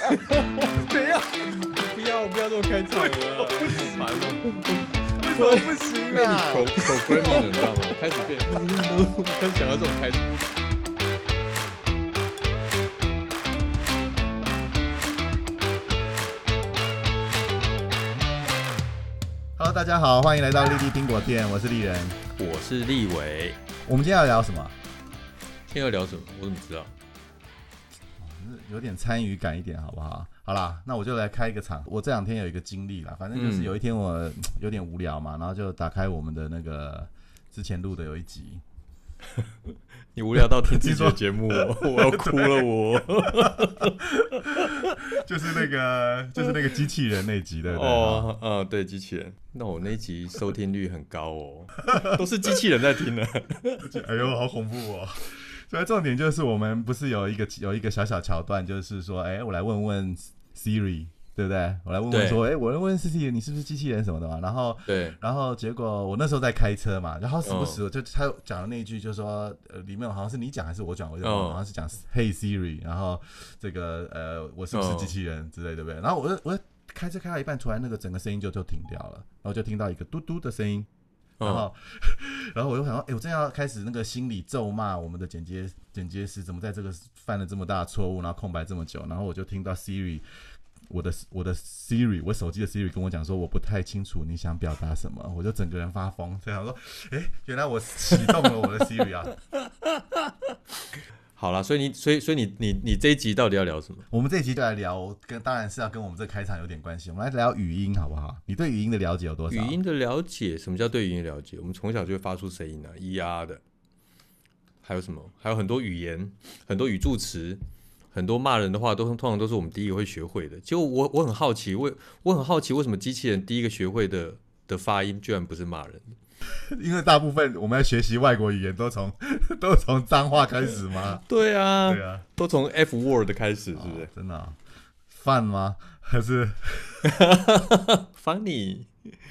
怎样？不要这么开场了，好烦哦！为什么不行啊？口 framing 你知道吗？开始变，开始想要这种开场。 Hello， 大家好，欢迎来到丽丽苹果店，我是丽人， 我是立伟。 我们今天要聊什么？ 今天要聊什么？我怎么知道？ 有点参与感一点，好不好？好啦，那我就来开一个场。我这两天有一个经历啦，反正就是有一天我有点无聊嘛，然后就打开我们的那个之前录的有一集。 你无聊到听自己的节目，我要哭了我。 就是那个机器人那集的。 哦，对，机器人。那我那集收听率很高哦，都是机器人在听的。 哎呦，好恐怖哦！所以重点就是我们不是有一个小小桥段，就是说，我来问问 Siri， 对不对？我来问问说，我来问 Siri， 你是不是机器人什么的嘛？然后结果我那时候在开车嘛，然后时不时就他讲的那一句，就说里面好像是你讲还是我讲，好像是讲 Hey Siri， 然后这个我是不是机器人之类，对不对？然后我开车开到一半，突然那个整个声音就停掉了，然后就听到一个嘟嘟的声音。然后我就想说，我正要开始那个心里咒骂我们的剪接师怎么在这个犯了这么大的错误，然后空白这么久，然后我就听到 Siri， 我的 Siri， 我手机的 Siri 跟我讲说，我不太清楚你想表达什么，我就整个人发疯，就想说，原来我启动了我的 Siri 啊。 好啦，所以你这一集到底要聊什么？ 我们这一集就来聊，当然是要跟我们这个开场有点关系。我们来聊语音好不好？你对语音的了解有多少？ 语音的了解，什么叫对语音的了解？我们从小就会发出声音啊，咿呀的。还有什么？还有很多语言，很多语助词，很多骂人的话，通常都是我们第一个会学会的。结果我很好奇，我很好奇为什么机器人第一个学会的发音居然不是骂人？ 因为大部分我们在学习外国语言都从脏话开始吗？ 对啊，都从 F word 开始，是不是？ 真的啊？Fun 吗？还是 funny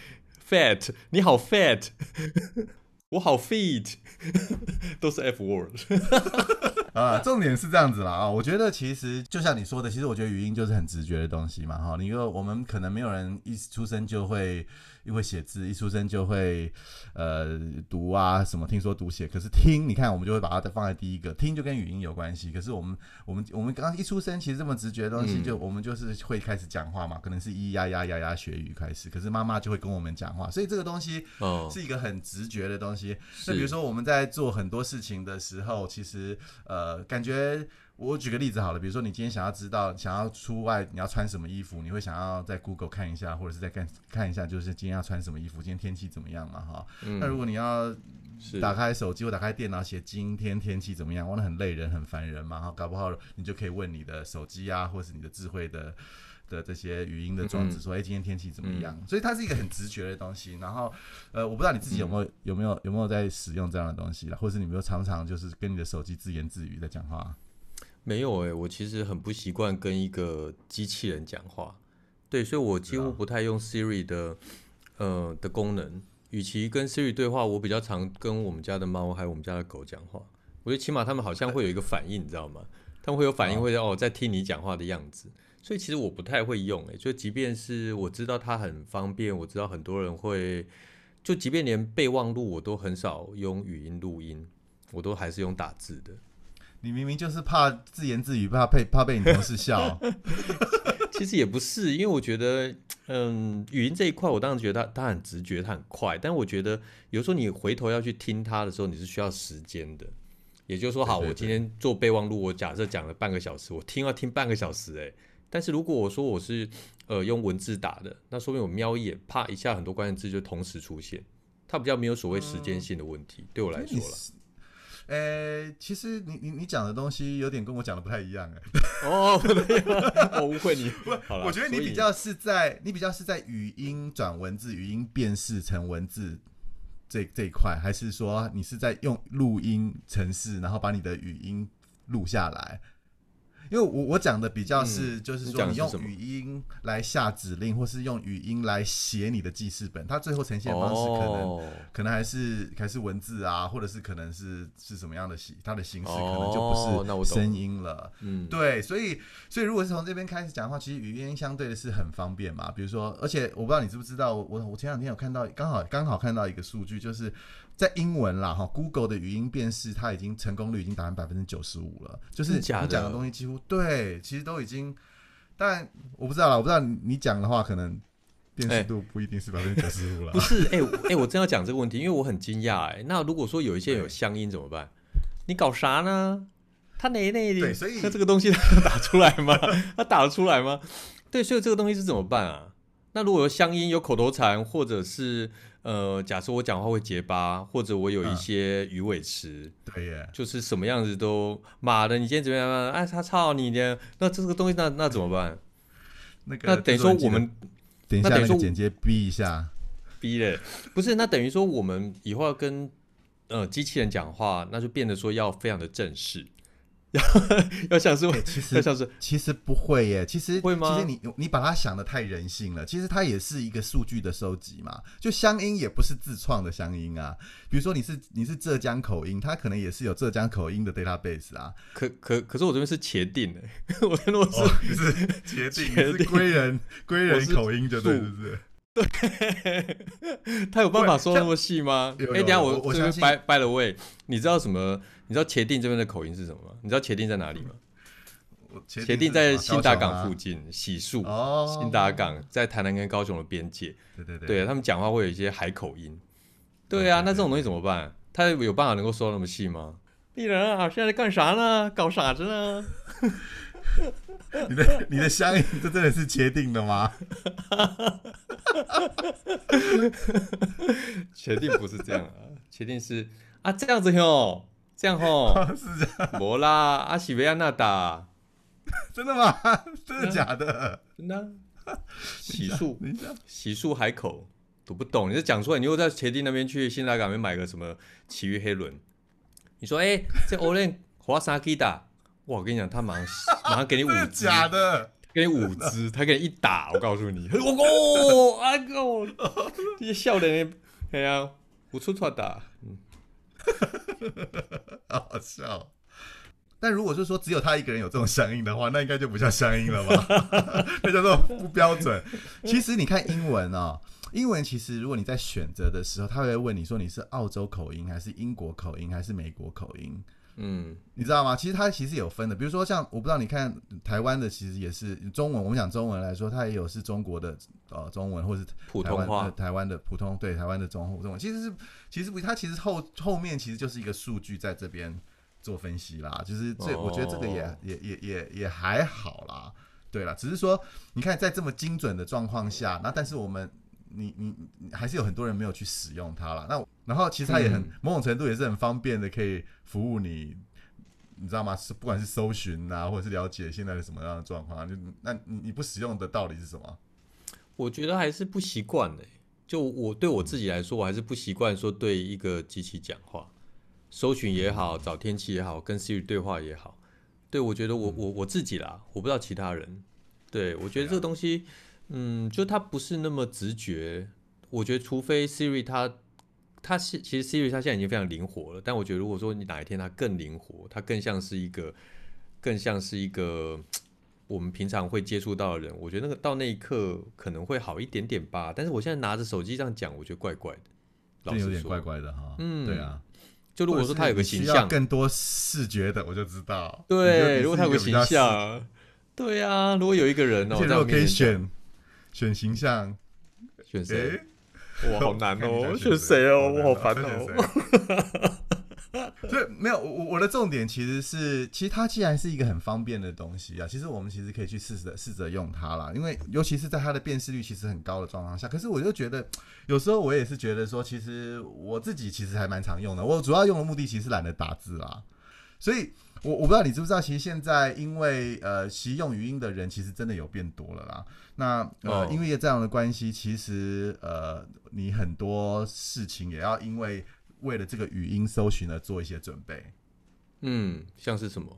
fat？ 你好 fat， 我好 fit， 都是 F word。 重点是这样子啦我觉得其实就像你说的，其实我觉得语音就是很直觉的东西嘛哈。因为我们可能没有人一出生就会写字，一出生就会读啊什么，听说读写，可是听，你看我们就会把它放在第一个，听就跟语音有关系。可是我们刚刚一出生，其实这么直觉的东西，我们就是会开始讲话嘛，可能是咿呀呀呀呀学语开始，可是妈妈就会跟我们讲话，所以这个东西是一个很直觉的东西。那比如说我们在做很多事情的时候，其实感觉我举个例子好了，比如说你今天想要出外你要穿什么衣服，你会想要在 Google 看一下，或者是在看一下，就是今天要穿什么衣服，今天天气怎么样嘛哈。那如果你要打开手机或打开电脑写今天天气怎么样，那很累人很烦人嘛哈，搞不好你就可以问你的手机啊，或是你的智慧的这些语音的装置说，今天天气怎么样？所以它是一个很直觉的东西。然后我不知道你自己有没有在使用这样的东西啦，或是你有没有常常就是跟你的手机自言自语在讲话？ 没有我其实很不习惯跟一个机器人讲话，对，所以我几乎不太用 Siri 的功能。与其跟 Siri 对话，我比较常跟我们家的猫还有我们家的狗讲话。我觉得起码他们好像会有一个反应，你知道吗？他们会有反应，会在听你讲话的样子。所以其实我不太会用，就即便是我知道它很方便，我知道很多人会，就即便连备忘录我都很少用语音录音，我都还是用打字的。 你明明就是怕自言自语，怕被你同事笑。 其实也不是，因为我觉得，语音这一块，我当然觉得它很直觉，它很快。但我觉得有时候你回头要去听它的时候，你是需要时间的。也就是说，好，我今天做备忘录，我假设讲了半个小时，我要听半个小时，但是如果我说我是用文字打的，那说明我瞄一眼，啪一下，很多关键字就同时出现，它比较没有所谓时间性的问题，对我来说啦。 其实你讲的东西有点跟我讲的不太一样我误会你。 我觉得你比较是在语音转文字、语音辨识成文字这一块，还是说你是在用录音程式，然后把你的语音录下来？ 因为我讲的比较是，就是说你用你讲的是什么语音来下指令，或是用语音来写你的记事本，它最后呈现的方式可能还是文字啊，或者是可能是什么样的它的形式可能就不是声音了。对，所以如果是从这边开始讲的话，其实语音相对的是很方便嘛。比如说，而且我不知道你知不知道，我前两天有看到，刚好看到一个数据，就是在英文啦，Google 的语音辨识它已经成功率已经达到95%了，就是你讲的东西几乎对，其实都已经，但我不知道啦，我不知道你讲的话可能辨识度不一定是95%了。 不是，我真要讲这个问题，因为我很惊讶那如果说有一些有乡音怎么办？你搞啥呢？他哪里？ 所以那这个东西他打出来吗？他打得出来吗？对，所以这个东西是怎么办啊？那如果有乡音、有口头禅，或者是假设我讲话会结巴，或者我有一些鱼尾词， 对耶， 就是什么样子都妈的，你今天怎么样？哎，他操你的，那这个东西那怎么办？那等于说我们等一下那个剪接逼一下， 逼了，不是？那等于说我们以后要跟机器人讲话，那就变得说要非常的正式。要像是其实不会耶，其实会吗？ 其实你把它想的太人性了，其实它也是一个数据的收集嘛。就乡音也不是自创的乡音啊，比如说你是浙江口音，它可能也是有浙江口音的 database 啊。可是我这边是茄定的，我这边是茄定，是归人口音就对，是不是？ 对，他有办法说那么细吗？等一下我这边 by the way， 你知道什么？你知道茄定这边的口音是什么吗？你知道茄定在哪里吗？茄定在新达港附近，洗漱。新达港在台南跟高雄的边界。对，他们讲话会有一些海口音。对啊，那这种东西怎么办？他有办法能够说那么细吗？丽人啊，现在在干啥呢？搞傻子呢？ 你的乡音，这真的是茄定的吗？ 茄定不是这样啊，茄定是这样子哟。这样是这样， 没啦，阿喜维亚纳达， 真的吗？真的假的？ 真的。洗漱海口，读不懂，你就讲出来。你又在茄定那边去新达港那边买个什么奇遇黑轮，你说这欧链花沙基达，哇，我跟你讲，他马上给你5支， 假的， 给你5支，他给你一打，我告诉你，这些笑脸，哎呀，不出打。 好笑。但如果是说只有他一个人有这种乡音的话，那应该就不叫乡音了吧？那叫做不标准。其实你看英文英文其实如果你在选择的时候，他会问你说你是澳洲口音还是英国口音还是美国口音。你知道吗？其实它其实有分的，比如说像我不知道你看台湾的，其实也是中文。我们讲中文来说，它也有是中国的中文，或是普通话， 台湾的普通，对，台湾的中文。其实不，它其实后面其实就是一个数据在这边做分析啦。就是我觉得这个也还好啦。对啦，只是说你看在这么精准的状况下，那但是我们你还是有很多人没有去使用它啦。那然后其实它也某种程度也是很方便的，可以服务你知道吗？不管是搜寻或者是了解现在是什么样的状况，那你不使用的道理是什么？ 我觉得还是不习惯的。就我对我自己来说，我还是不习惯说对一个机器讲话，搜寻也好，找天气也好，跟 Siri 对话也好。对，我觉得我自己啦，我不知道其他人。对，我觉得这个东西，就它不是那么直觉。我觉得除非 Siri 其实 Siri 它现在已经非常灵活了，但我觉得如果说你哪一天它更灵活，它更像是一个我们平常会接触到的人，我觉得到那一刻可能会好一点点吧。但是我现在拿着手机这样讲，我觉得怪怪的，老实说， 有点怪怪的哈。对啊， 就如果说它有个形象， 需要更多视觉的，我就知道。 对，如果它有个形象，对啊，如果有一个人如果可以选形象， 选谁？哇，好难哦！选谁哦？我好烦哦。 对，没有我的重点其实它既然是一个很方便的东西其实我们其实可以去试着用它啦。因为尤其是在它的辨识率其实很高的状况下，可是我就觉得有时候我也是觉得说，其实我自己其实还蛮常用的。我主要用的目的其实是懒得打字啦，所以我不知道你知不知道，其实现在因为习用语音的人其实真的有变多了啦。那因为这样的关系，其实你很多事情也要为了这个语音搜寻而做一些准备。 像是什么？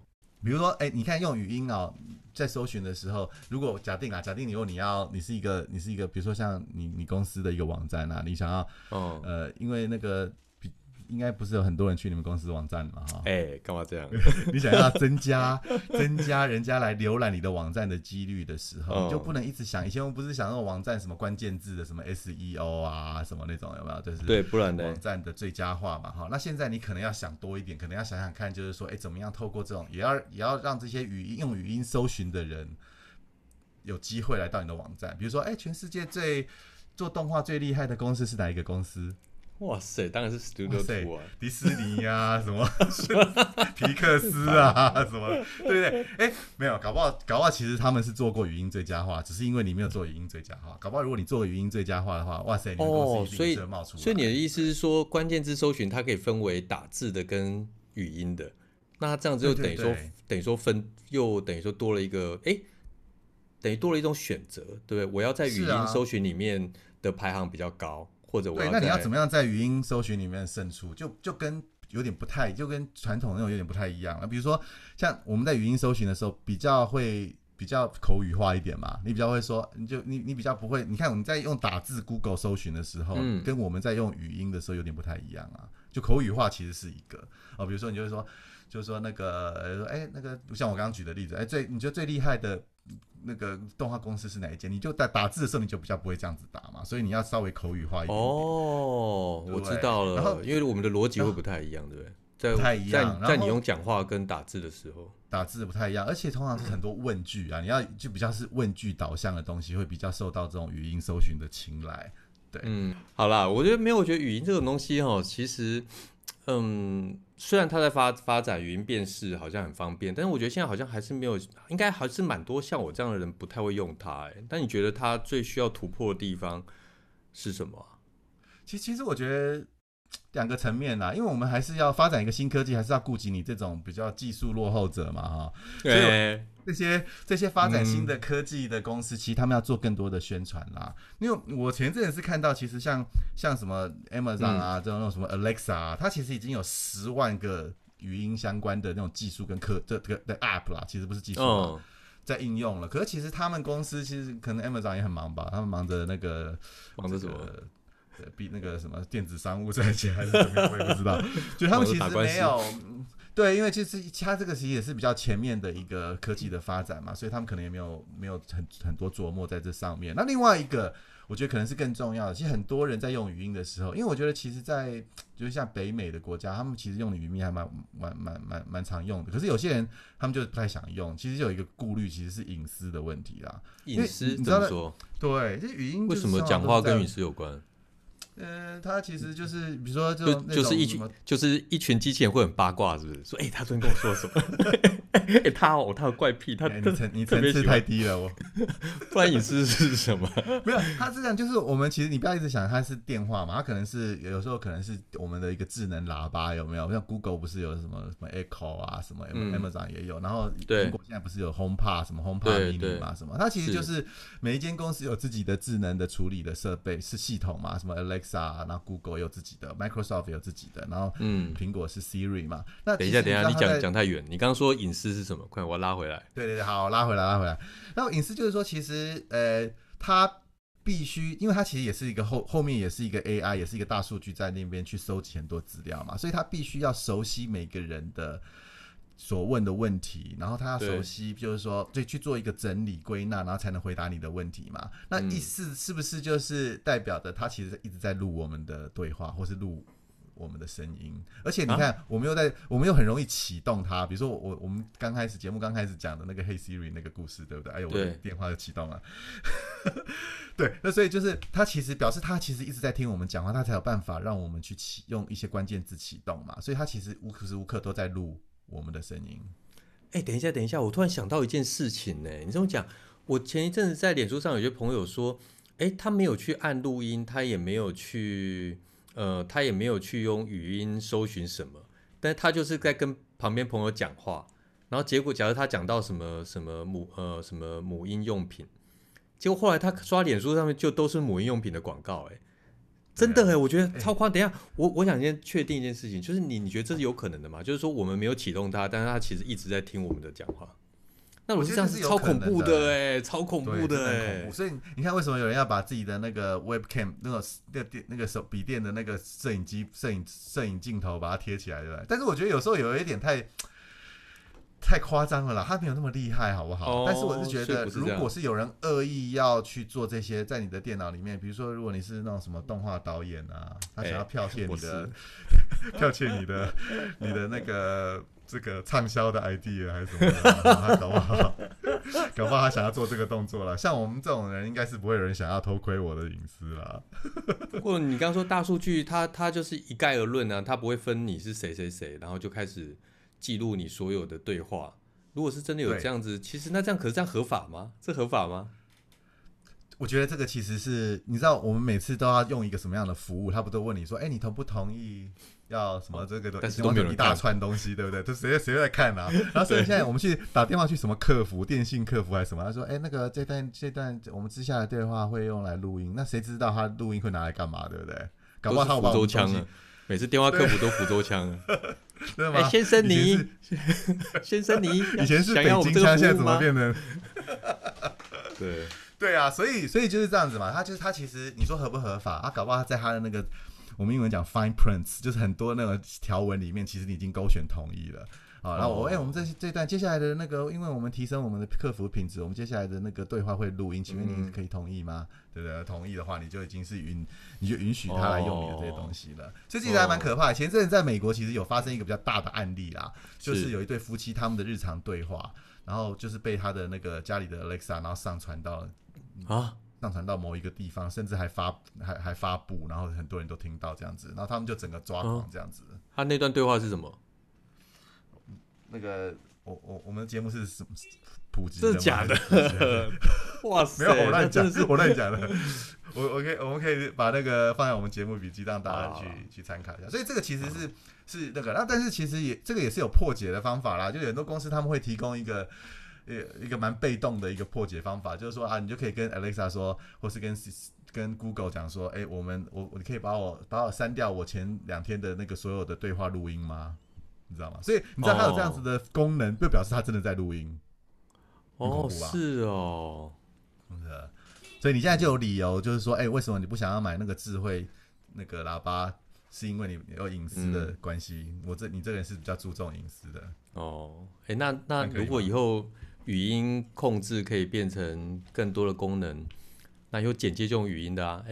比如说，你看用语音哦，在搜寻的时候，如果假定如果你是一个，比如说像你公司的一个网站啊，你想要，因为那个应该不是有很多人去你们公司网站嘛，哈， 干嘛这样？ 你想要增加人家来浏览你的网站的几率的时候，你就不能一直想，以前我们不是想那种网站什么关键字的什么 SEO 啊，什么那种有没有？就是对，不然呢？ 网站的最佳化嘛，哈。那现在你可能要想多一点，可能要想想看，就是说，怎么样透过这种，也要让这些用语音搜寻的人有机会来到你的网站。比如说，全世界做动画最厉害的公司是哪一个公司？ 哇塞，当然是 Studio 2啊， 迪士尼啊，什么皮克斯啊，什么，对不对？没有，搞不好其实他们是做过语音最佳化，只是因为你没有做语音最佳化。搞不好如果你做语音最佳化的话，哇塞，你们公司一定会冒出来。 所以你的意思是说，关键字搜寻它可以分为打字的跟语音的，那这样子就等于说多了一个，等于多了一种选择，对不对？我要在语音搜寻里面的排行比较高。或者对，那你要怎么样在语音搜寻里面胜出？就跟有点不太，就跟传统那种有点不太一样了。比如说，像我们在语音搜寻的时候，比较口语化一点嘛。你比较会说，你比较不会。你看我们在用打字 Google 搜寻的时候，跟我们在用语音的时候有点不太一样啊。就口语化其实是一个哦，比如说你就会说，就是说那个那个像我刚刚举的例子，你觉得最厉害的那个动画公司是哪一间？你就打字的时候，你就比较不会这样子打嘛，所以你要稍微口语化一点点。 哦，我知道了。然后因为我们的逻辑会不太一样，对不对？ 不太一样。 在你用讲话跟打字的时候， 打字不太一样，而且通常是很多问句啊，你要就比较是问句导向的东西，会比较受到这种语音搜寻的青睐。对， 好啦，我觉得语音这种东西其实。虽然它在发展语音辨识好像很方便，但是我觉得现在好像还是没有，应该还是蛮多像我这样的人不太会用它。但你觉得它最需要突破的地方是什么啊？ 其实我觉得两个层面啦，因为我们还是要发展一个新科技，还是要顾及你这种比较技术落后者嘛，哈。对。这些发展新的科技的公司，其实他们要做更多的宣传啦。因为我前阵子是看到，其实像什么 Amazon 啊，这种什么 Alexa 啊，它其实已经有10万个语音相关的那种技术跟这个的 App 啦，其实不是技术啦，在应用了。可是其实他们公司其实可能 Amazon 也很忙吧，他们忙着什么？ 比那个什么电子商务在前还是怎么样，我也不知道。就他们其实没有。对，因为其实它这个其实也是比较前面的一个科技的发展嘛，所以他们可能也没有很多琢磨在这上面。那另外一个，我觉得可能是更重要的。其实很多人在用语音的时候，因为我觉得其实就是像北美的国家，他们其实用的语音还蛮常用的。可是有些人他们就不太想用，其实有一个顾虑，其实是隐私的问题啦。 隐私怎么说？ 对，这语音为什么讲话跟隐私有关？ 它其实就是比如说就是一群机器人会很八卦，是不是？说他昨天跟我说什么？他有怪癖， 你层次太低了， 不然隐私是什么？ 没有，它是这样，就是我们其实你不要一直想它是电话嘛，它可能是有时候可能是我们的一个智能喇叭，有没有？像 Google 不是有什么 Echo 啊，什么 Amazon 也有，然后苹果现在不是有 HomePod 什么 HomePod Mini 嘛，什么？它其实就是每一间公司有自己的智能的处理的设备是系统嘛，什么 Alexa， 然后 Google 有自己的 Microsoft 有自己的，然后苹果是 Siri 嘛。那等一下，你讲太远，你刚刚说隐私是什么？快，我要拉回来。 对，好，拉回来。然后隐私就是说，其实它必须，因为它其实也是一个后面也是一个 AI， 也是一个大数据在那边去收集很多资料嘛，所以它必须要熟悉每个人的所问的问题，然后他要熟悉，就是说，对，去做一个整理归纳，然后才能回答你的问题嘛。那意思是不是就是代表的他其实一直在录我们的对话，或是录我们的声音？而且你看，我们又很容易启动它。比如说我们节目刚开始讲的那个 Hey Siri 那个故事，对不对？我的电话就启动了。对，那所以就是他其实表示他其实一直在听我们讲话，他才有办法让我们去用一些关键字启动嘛。所以他其实无时无刻都在录我们的声音。 等一下，我突然想到一件事情呢。你这么讲，我前一阵子在脸书上有些朋友说，他没有去按录音，他也没有去用语音搜寻什么，但他就是在跟旁边朋友讲话，然后结果假如他讲到什么母婴用品，结果后来他刷脸书上面就都是母婴用品的广告， 真的我觉得超夸张。等一下，我想先确定一件事情，就是你觉得这是有可能的吗？就是说我们没有启动它，但是它其实一直在听我们的讲话。那我是这样子，超恐怖的超恐怖的所以你看，为什么有人要把自己的那个 webcam 那个手笔电的那个摄影镜头把它贴起来，对不对？但是我觉得有时候有一点太夸张了啦，他没有那么厉害，好不好？但是我是觉得，如果是有人恶意要去做这些，在你的电脑里面，比如说，如果你是那种什么动画导演啊，他想要剽窃你的，剽窃你的那个这个畅销的 idea 还是什么的，他搞不好他想要做这个动作啦。像我们这种人，应该是不会有人想要偷窥我的隐私啦。 不过你刚刚说大数据，它就是一概而论啊，它不会分你是谁，然后就开始记录你所有的对话。如果是真的有这样子，其实那可是这样合法吗？这合法吗？ 我觉得这个其实是，你知道我们每次都要用一个什么样的服务，他不都问你说，你同不同意要什么这个， 但是都没有人看， 一大串东西，对不对？就谁在看啊？然后所以现在我们去打电话去什么客服，电信客服还是什么，他说，那个这段我们接下来的对话会用来录音，那谁知道他录音会拿来干嘛，对不对？搞不好他福州腔啊，每次电话客服都福州腔啊。 对吗？ 先生你，先生你， 以前是北京腔，现在怎么变成？对啊，所以就是这样子嘛。他其实你说合不合法？他搞不好他在他的那个我们英文讲 fine prints， 就是很多那个条文里面，其实你已经勾选同意了。然后我们这段接下来的那个，因为我们提升我们的客服品质，我们接下来的那个对话会录音，请问您可以同意吗？对不对？同意的话，你就已经是你就允许他来用你的这些东西了。所以其实还蛮可怕的。前阵子在美国其实有发生一个比较大的案例啦，就是有一对夫妻他们的日常对话，然后就是被他的那个家里的 Alexa 然后上传到某一个地方，甚至还发布，然后很多人都听到这样子，然后他们就整个抓狂这样子。 他那段对话是什么？ 那个我们的节目是什么普及的吗？ 真的假的？哇塞！ 没有，我乱讲的。我们可以把那个放在我们节目笔记，让大家去参考一下。所以这个其实是那个，但是其实这个也是有破解的方法啦。就很多公司他们会提供一个蛮被动的一个破解方法，就是说你就可以跟 Alexa 说，或是跟 Google 讲说，你可以把我删掉我前2天的那个所有的对话录音吗？你知道吗？所以你知道它有这样子的功能，就表示它真的在录音。 是哦， 所以你现在就有理由，就是说，为什么你不想要买那个智慧那个喇叭？是因为你有隐私的关系。你这个人是比较注重隐私的。 那如果以后语音控制可以变成更多的功能，那以后剪接这种语音的啊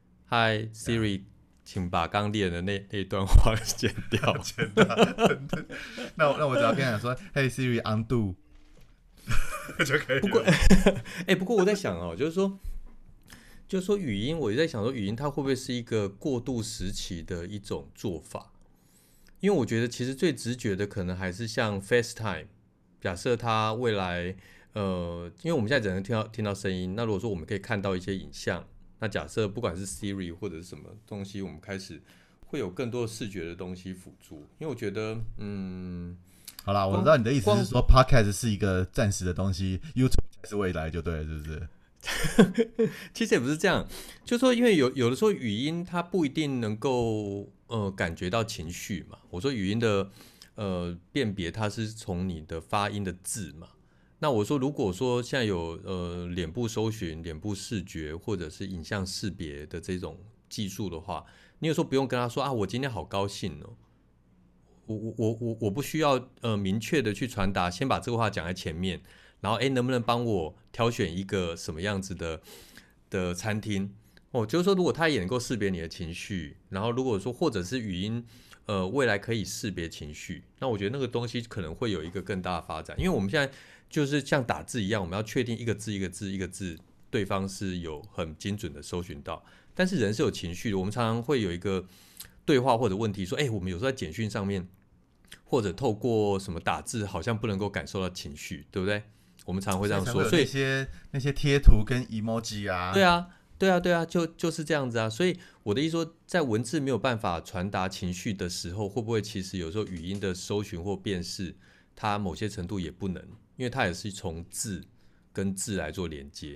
，Hi Siri。请把刚练的那一段话剪掉。 那我只要跟他讲说 ，Hey Siri undo 就可以了。 不过我在想就是说语音，我也在想说语音它会不会是一个过渡时期的一种做法？因为我觉得其实最直觉的可能还是像 FaceTime， 假设它未来因为我们现在只能听到声音，那如果说我们可以看到一些影像。那假设不管是 Siri 或者是什么东西，我们开始会有更多的视觉的东西辅助，因为我觉得， 好啦，我知道你的意思是说 Podcast 是一个暂时的东西 ，YouTube 才是未来，就对了，是不是？ 其实也不是这样，就是说，因为有的时候语音它不一定能够感觉到情绪嘛。我说语音的辨别，它是从你的发音的字嘛。那我说，如果说现在有脸部搜寻、脸部视觉或者是影像识别的这种技术的话，你有时候不用跟他说我今天好高兴哦，我不需要明确的去传达，先把这个话讲在前面，然后能不能帮我挑选一个什么样子的餐厅就是说如果他也能够识别你的情绪，然后如果说或者是语音未来可以识别情绪，那我觉得那个东西可能会有一个更大的发展，因为我们现在就是像打字一样，我们要确定一个字对方是有很精准的搜寻到，但是人是有情绪的，我们常常会有一个对话或者问题说我们有时候在简讯上面或者透过什么打字好像不能够感受到情绪，对不对？我们常常会这样说， 所以那些贴图跟 emoji 啊， 对啊，就是这样子啊。所以我的意思说，在文字没有办法传达情绪的时候，会不会其实有时候语音的搜寻或辨识，它某些程度也不能，因为它也是从字跟字来做连接。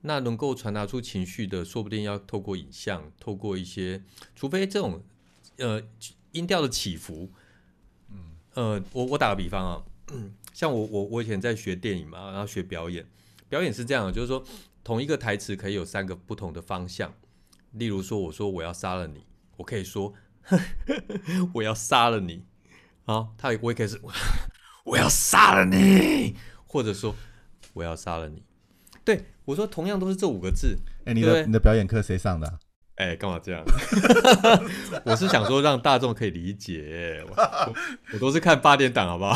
那能够传达出情绪的，说不定要透过影像，透过一些，除非这种音调的起伏，我打个比方啊，像我以前在学电影嘛，然后学表演，表演是这样的，就是说同一个台词可以有3个不同的方向。例如说，我说我要杀了你，我可以说我要杀了你，好，我也可以是我要杀了你，或者说我要杀了你。对，我说同样都是这5个字。 你的表演课谁上的干嘛这样？我是想说让大众可以理解，我都是看8点档，好不好？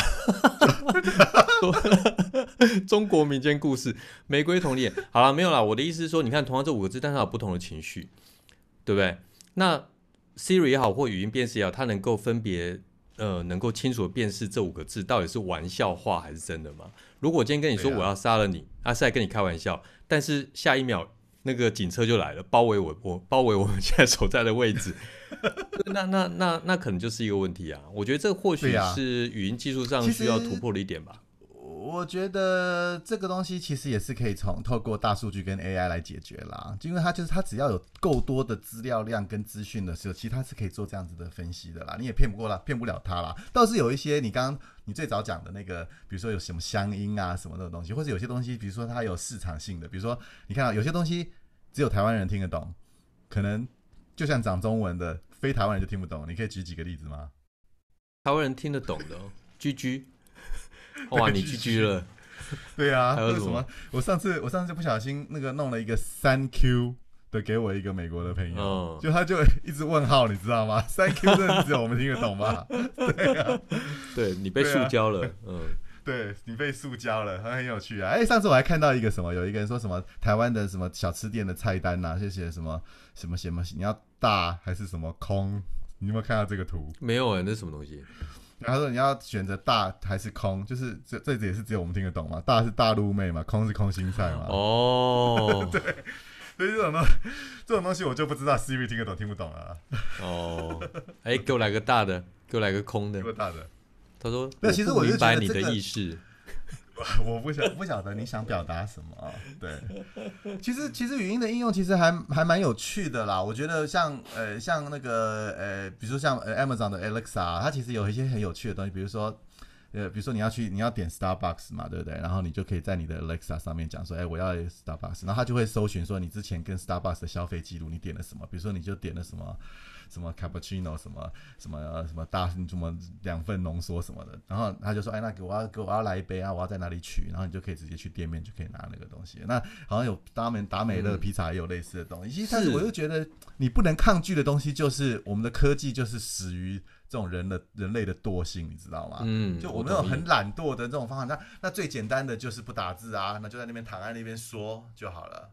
中国民间故事，玫瑰童年。好了，没有啦。我的意思是说，你看同样这5个字，但是它有不同的情绪，对不对？那 Siri 也好，或语音辨识也好，它能够分别能够清楚的辨识这5个字到底是玩笑话还是真的吗？如果我今天跟你说我要杀了你，是在跟你开玩笑，但是下一秒那个警车就来了，包围我们现在所在的位置，那可能就是一个问题啊。我觉得这或许是语音技术上需要突破的一点吧。 我觉得这个东西其实也是可以透过大数据跟 AI 来解决啦，因为它只要有够多的资料量跟资讯的时候，其实它是可以做这样子的分析的啦，你也骗不了它啦。倒是有一些你最早讲的那个，比如说有什么乡音啊什么的东西，或者有些东西，比如说它有市场性的，比如说你看到有些东西只有台湾人听得懂，可能就像讲中文的，非台湾人就听不懂。你可以举几个例子吗？ 台湾人听得懂的，GG。哇，你 GG 了。 对啊， 还有什么？ 我上次不小心弄了一个3Q 的给我一个美国的朋友，就他就一直问号，你知道吗？3Q 真的只有我们听得懂吗？对啊， 对你被塑胶了， 对你被塑胶了，很有趣啊！上次我还看到一个有一个人说什么台湾的什么小吃店的菜单啊，就写什么你要大还是什么空？你有没有看到这个图？ 没有那是什么东西？ 他说你要选择大还是空，就是这也是只有我们听得懂嘛。大是大陆妹嘛，空是空心菜嘛。 哦， 对，所以这种东西我就不知道 Siri 听得懂听不懂了。 给我来个大的，给我来个空的。 给我大的。 他说：“ 那其实我明白你的意思。” 我不晓得你想表达什么啊？对，其实语音的应用其实还蛮有趣的啦。我觉得像那个比如说像Amazon 的 Alexa， 它其实有一些很有趣的东西，比如说你要点 Starbucks 嘛，对不对？然后你就可以在你的 Alexa 上面讲说，我要 Starbucks， 然后它就会搜寻说你之前跟 Starbucks 的消费记录，你点了什么？比如说你就点了什么 cappuccino 什么大什么2份浓缩什么的，然后他就说，那我要来一杯啊，我要在哪里取？然后你就可以直接去店面就可以拿那个东西。那好像有达美乐披萨也有类似的东西。但是我就觉得你不能抗拒的东西，就是我们的科技就是始于这种人类的惰性，你知道吗？就我们那种很懒惰的这种方法，那最简单的就是不打字啊，那就在那边躺在那边说就好了。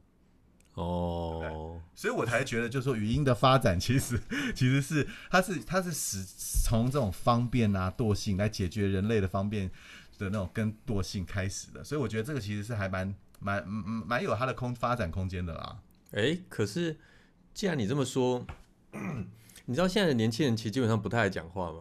所以我才觉得，就是说语音的发展其实是它是从这种方便啊惰性来解决人类的方便的那种跟惰性开始的，所以我觉得这个其实是还蛮有它的发展空间的啦。 可是既然你这么说，你知道现在的年轻人其实基本上不太爱讲话吗？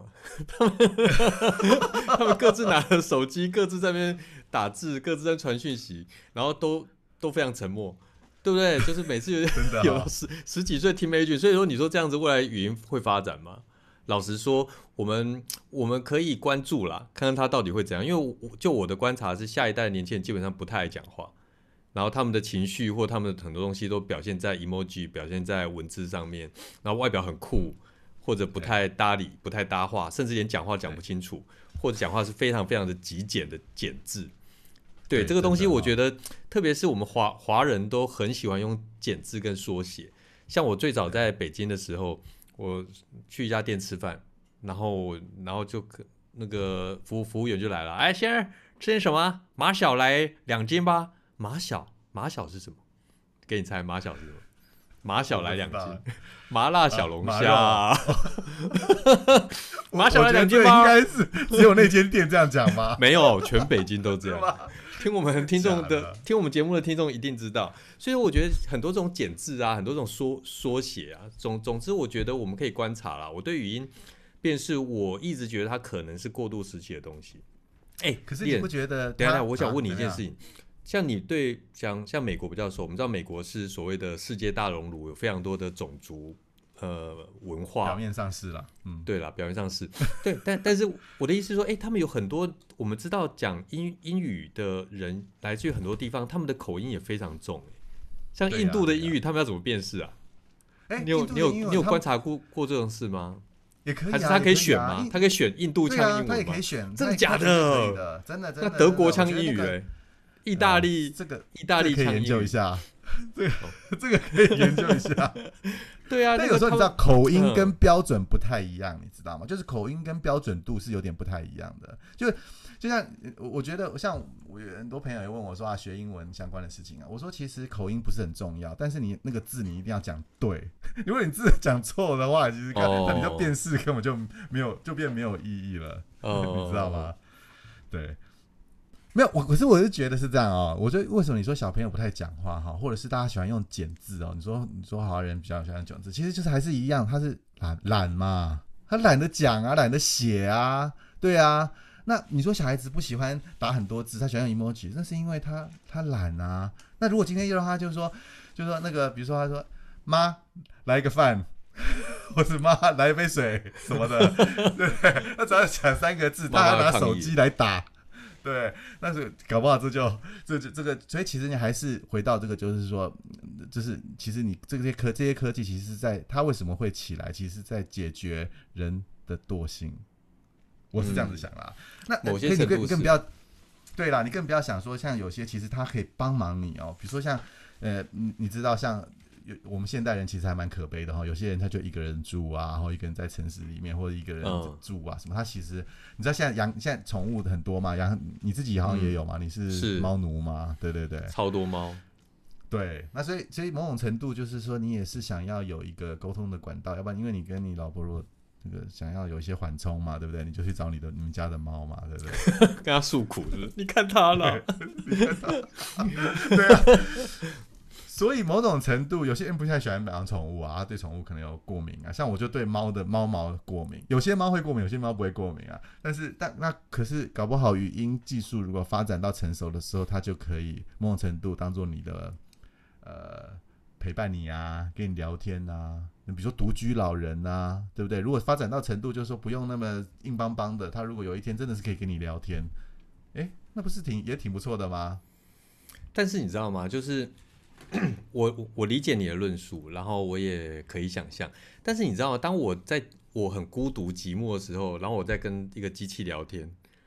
他们各自拿着手机，各自在那边打字，各自在传讯息，然后都非常沉默。对不对？就是每次有十几岁 teenager， 所以说你说这样子未来语音会发展吗？老实说，我们可以关注啦，看看他到底会怎样。因为就我的观察是，下一代的年轻人基本上不太爱讲话，然后他们的情绪或他们的很多东西都表现在 emoji， 表现在文字上面，然后外表很酷，或者不太搭理、不太搭话，甚至连讲话讲不清楚，或者讲话是非常非常的极简的简字。对这个东西，我觉得，特别是我们华人都很喜欢用简字跟缩写。像我最早在北京的时候，我去一家店吃饭，然后就那个服务员就来了，先生吃点什么？马小来2斤吧。马小是什么？给你猜，马小是什么？马小来2斤，麻辣小龙虾。马小来2斤吗？ 应该是只有那间店这样讲吗？ 没有，全北京都这样。听我们节目的听众一定知道，所以我觉得很多这种简字啊，很多这种缩写啊，总之我觉得我们可以观察啦。我对语音辨识，我一直觉得它可能是过渡时期的东西。 可是你不觉得？ 等一下，我想问你一件事情， 像你对像美国比较熟，我们知道美国是所谓的世界大熔炉，有非常多的种族文化。 表面上是啦， 对啦，表面上是对，但是我的意思是说，他们有很多我们知道讲英语的人来自于很多地方，他们的口音也非常重。像印度的英语，他们要怎么辨识啊？你有观察过这种事吗？ 也可以、啊， 还是他可以选吗？他可以选印度腔英文吗？ 他也可以选， 真的假的？ 真的。 那德国腔英语意大利意大利腔英语可以研究一下，这个可以研究一下。 对啊， 但有时候你知道口音跟标准不太一样，你知道吗？就是口音跟标准度是有点不太一样的。就像我觉得，像我有很多朋友也问我说学英文相关的事情啊，我说其实口音不是很重要，但是你那个字你一定要讲对。如果你字讲错的话，其实那你就辨识根本就变没有意义了，你知道吗？对。没有，可是我是觉得是这样哦。我觉得为什么你说小朋友不太讲话哈，或者是大家喜欢用简字哦？你说华人比较喜欢简字，其实就是还是一样，他是懒嘛，他懒得讲啊，懒得写啊，对啊。那你说小孩子不喜欢打很多字，他喜欢用 emoji， 那是因为他懒啊。那如果今天又让他就说那个，比如说他说妈来一个饭，或是妈来一杯水什么的，对不对？他只要讲3个字，他还拿手机来打。对，但是搞不好这个，所以其实你还是回到这个，就是说，就是其实你这些科技，其实在它为什么会起来，其实是在解决人的惰性。我是这样子想啦。那某些程度你更不要，对啦，你更不要想说，像有些其实它可以帮忙你哦，比如说像你知道像。我们现代人其实还蛮可悲的哈，有些人他就一个人住啊，然后一个人在城市里面，或者一个人住啊什么。他其实你知道现在宠物很多嘛，你自己好像也有嘛，你是猫奴嘛？对， 超多猫。 对，那所以某种程度就是说，你也是想要有一个沟通的管道，要不然因为你跟你老婆如果这个想要有一些缓冲嘛，对不对？你就去找你们家的猫嘛，对不对？ 跟他诉苦是不是？你看他了， 你看他，对啊。所以某种程度，有些人不太喜欢养宠物啊，对宠物可能有过敏啊。像我就对猫的猫毛过敏，有些猫会过敏，有些猫不会过敏啊。可是搞不好语音技术如果发展到成熟的时候，它就可以某种程度当做你的陪伴你啊，跟你聊天啊。比如说独居老人啊，对不对？如果发展到程度，就是说不用那么硬邦邦的，他如果有一天真的是可以跟你聊天，那不是也挺不错的吗？ 但是你知道吗？就是我理解你的论述，然后我也可以想象。但是你知道吗？当我很孤独寂寞的时候，然后我在跟一个机器聊天，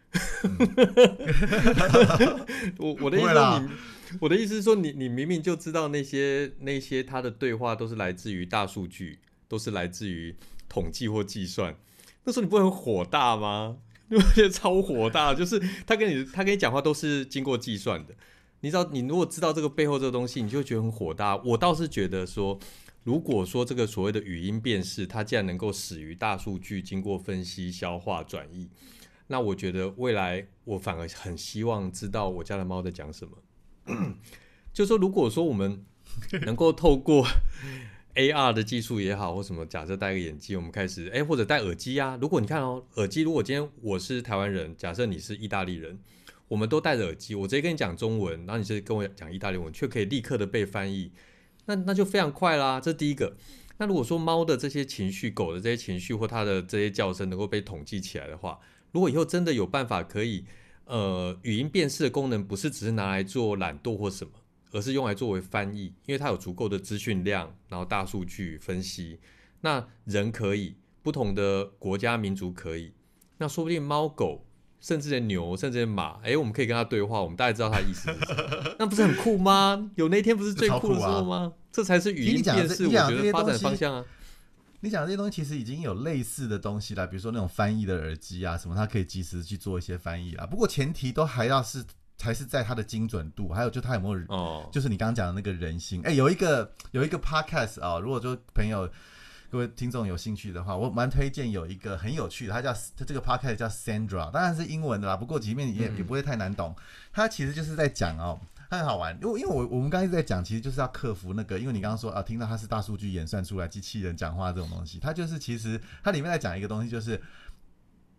我的意思是说，你明明就知道那些他的对话都是来自于大数据，都是来自于统计或计算，那时候你不会很火大吗？你会觉得超火大，就是他跟你讲话都是经过计算的。你如果知道这个背后这个东西，你就会觉得很火大。我倒是觉得说，如果说这个所谓的语音辨识，它既然能够始于大数据，经过分析、消化、转译，那我觉得未来我反而很希望知道我家的猫在讲什么。就是说，如果说我们能够透过AR 的技术也好，或什么，假设戴个眼镜，我们开始或者戴耳机啊。如果你看耳机，如果今天我是台湾人，假设你是意大利人。我们都戴着耳机，我直接跟你讲中文，然后你是跟我讲意大利文，却可以立刻的被翻译，那就非常快啦。这是第一个。那如果说猫的这些情绪、狗的这些情绪或它的这些叫声能够被统计起来的话，如果以后真的有办法可以语音辨识的功能，不是只是拿来做懒惰或什么，而是用来作为翻译，因为它有足够的资讯量，然后大数据分析，那人可以，不同的国家民族可以，那说不定猫狗。甚至连牛，甚至连马，我们可以跟他对话，我们大概知道他的意思是什么，那不是很酷吗？有那天不是最酷的时候吗？这才是语音辨识，我觉得发展方向啊。 你讲的这些东西其实已经有类似的东西了，比如说那种翻译的耳机啊，什么它可以及时去做一些翻译啦。不过前提都还是在它的精准度，还有就它有没有，就是你刚刚讲的那个人性。有一个 podcast 啊，如果就朋友。各位听众有兴趣的话，我蛮推荐有一个很有趣的，它这个 podcast 叫 Sandra， 当然是英文的啦，不过里面也不会太难懂。它其实就是在讲它很好玩，因为我们刚才在讲，其实就是要克服那个，因为你刚刚说听到它是大数据演算出来机器人讲话这种东西，它就是其实它里面在讲一个东西，就是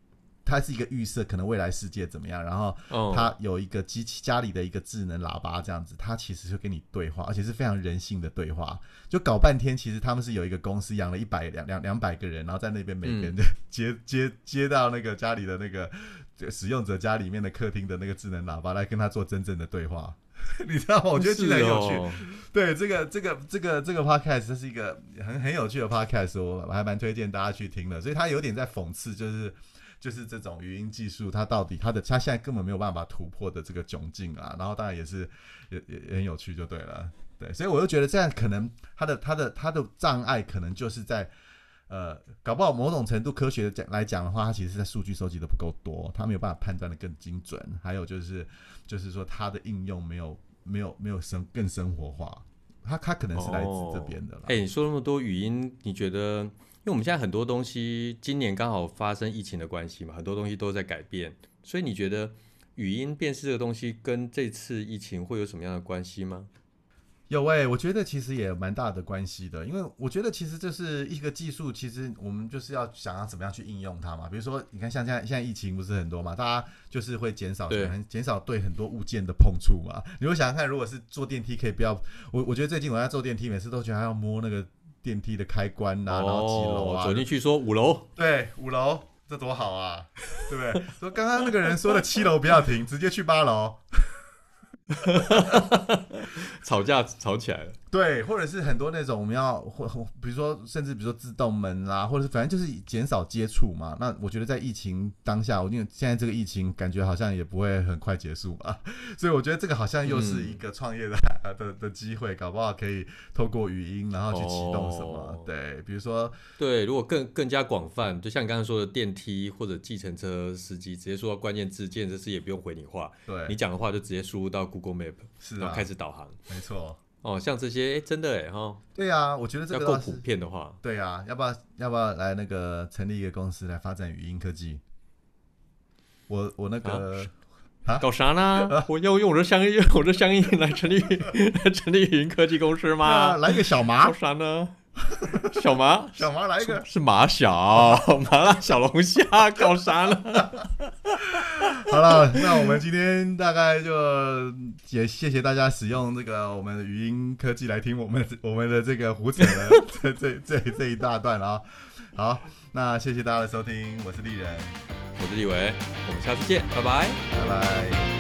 它是一个预设，可能未来世界怎么样，然后它有一个机器家里的一个智能喇叭这样子，它其实会跟你对话，而且是非常人性的对话。就搞半天，其实他们是有一个公司养了200个人，然后在那边每个人就接到那个家里的那个使用者家里面的客厅的那个智能喇叭来跟他做真正的对话。你知道吗？我觉得其实很有趣。对，这个 podcast 这是一个很有趣的 podcast， 我还蛮推荐大家去听的。所以它有点在讽刺，就是这种语音技术，它到底它现在根本没有办法突破的这个窘境啊。然后当然也很有趣，就对了。对，所以我就觉得这样可能它的障碍可能就是在搞不好某种程度科学来讲的话，它其实在数据收集的不够多，它没有办法判断的更精准。还有就是说它的应用没有更生活化，它可能是来自这边的啦。 你说那么多语音，你觉得？因为我们现在很多东西，今年刚好发生疫情的关系嘛，很多东西都在改变，所以你觉得语音辨识这个东西跟这次疫情会有什么样的关系吗？ 有我觉得其实也蛮大的关系的，因为我觉得其实这是一个技术，其实我们就是要想要怎么样去应用它嘛。比如说，你看像现在疫情不是很多嘛，大家就是会减少对很多物件的碰触嘛。你会想想看，如果是坐电梯可以不要，我觉得最近我在坐电梯，每次都觉得要摸那个电梯的开关啊，然后几楼啊， 走进去说5楼， 对，5楼，这多好啊，对不对？说刚刚那个人说的7楼不要停，直接去8楼。 吵架吵起来了， 对，或者是很多那种我们要，比如说甚至比如说自动门啦，或者是反正就是减少接触嘛。那我觉得在疫情当下，因为现在这个疫情感觉好像也不会很快结束嘛，所以我觉得这个好像又是一个创业的机会，搞不好可以透过语音然后去启动什么，对，比如说对，如果更加广泛，就像你刚才说的电梯或者计程车司机，直接说到关键字，计程车司机也不用回你话， 对， 你讲的话就直接输入到 Google Map， 是然后开始导航， 没错。 像这些真的对啊，我觉得这个要够普遍的话， 对啊，要不要来那个成立一个公司来发展语音科技？我那个搞啥呢？我要用我的乡音来成立语音科技公司吗？ 来一个小麻， 搞啥呢？小麻来一个是麻辣小龙虾，搞啥呢？ 好了，那我们今天大概就也谢谢大家使用这个我们的语音科技来听我们的这个胡扯的这一大段啊。好，那谢谢大家的收听，我是丽人， 我是立伟，我们下次见，拜拜， 拜拜。